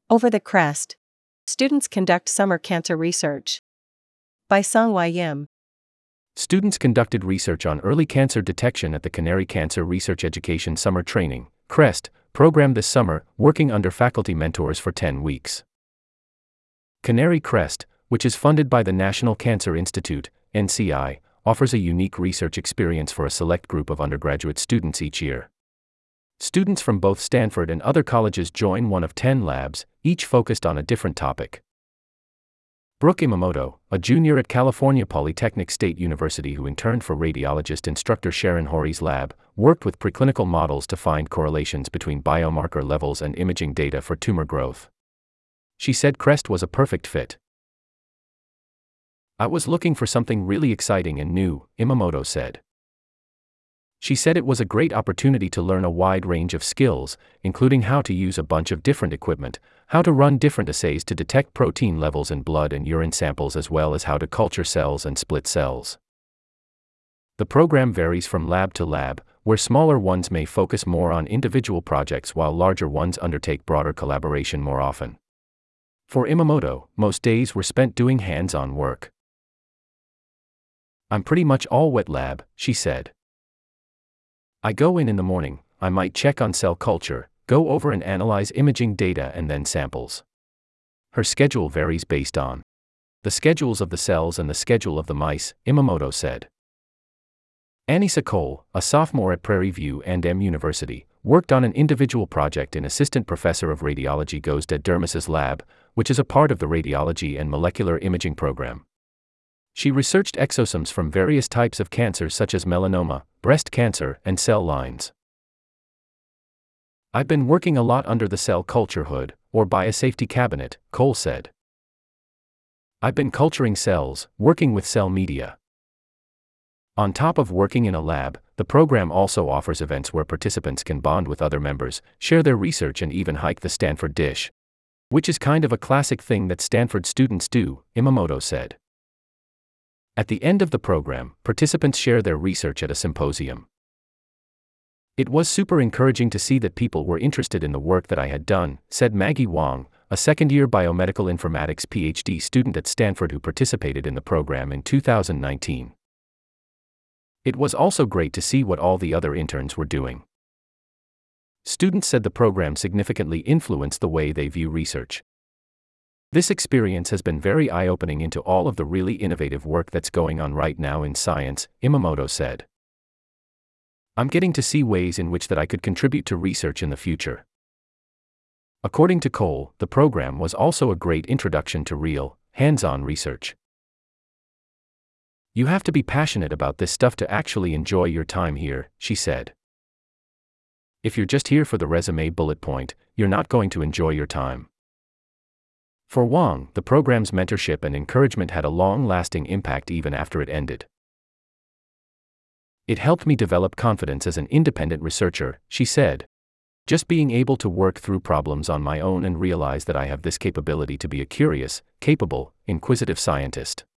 Over the Crest. Students conduct summer cancer research. By Songhwa Yim. Students conducted research on early cancer detection at the Canary Cancer Research Education Summer Training (CREST) program this summer, working under faculty mentors for 10 weeks. Canary CREST, which is funded by the National Cancer Institute, NCI, offers a unique research experience for a select group of undergraduate students each year. Students from both Stanford and other colleges join one of 10 labs, each focused on a different topic. Brooke Imamoto, a junior at California Polytechnic State University who interned for radiologist instructor Sharon Hori's lab, worked with preclinical models to find correlations between biomarker levels and imaging data for tumor growth. She said CREST was a perfect fit. "I was looking for something really exciting and new," Imamoto said. She said it was a great opportunity to learn a wide range of skills, including how to use a bunch of different equipment, how to run different assays to detect protein levels in blood and urine samples, as well as how to culture cells and split cells. The program varies from lab to lab, where smaller ones may focus more on individual projects while larger ones undertake broader collaboration more often. For Imamoto, most days were spent doing hands-on work. "I'm pretty much all wet lab," she said. "I go in the morning, I might check on cell culture, go over and analyze imaging data and then samples." Her schedule varies based on the schedules of the cells and the schedule of the mice, Imamoto said. Anissa Cole, a sophomore at Prairie View A&M University, worked on an individual project in Assistant Professor of Radiology Gosda Dermis's lab, which is a part of the Radiology and Molecular Imaging program. She researched exosomes from various types of cancers such as melanoma, breast cancer, and cell lines. "I've been working a lot under the cell culture hood, or biosafety cabinet," Cole said. "I've been culturing cells, working with cell media." On top of working in a lab, the program also offers events where participants can bond with other members, share their research, and even hike the Stanford Dish. "Which is kind of a classic thing that Stanford students do," Imamoto said. At the end of the program, participants share their research at a symposium. "It was super encouraging to see that people were interested in the work that I had done," said Maggie Wong, a second-year biomedical informatics PhD student at Stanford who participated in the program in 2019. "It was also great to see what all the other interns were doing." Students said the program significantly influenced the way they view research. "This experience has been very eye-opening into all of the really innovative work that's going on right now in science," Imamoto said. "I'm getting to see ways in which that I could contribute to research in the future." According to Cole, the program was also a great introduction to real, hands-on research. "You have to be passionate about this stuff to actually enjoy your time here," she said. "If you're just here for the resume bullet point, you're not going to enjoy your time." For Wong, the program's mentorship and encouragement had a long-lasting impact even after it ended. "It helped me develop confidence as an independent researcher," she said. "Just being able to work through problems on my own and realize that I have this capability to be a curious, capable, inquisitive scientist."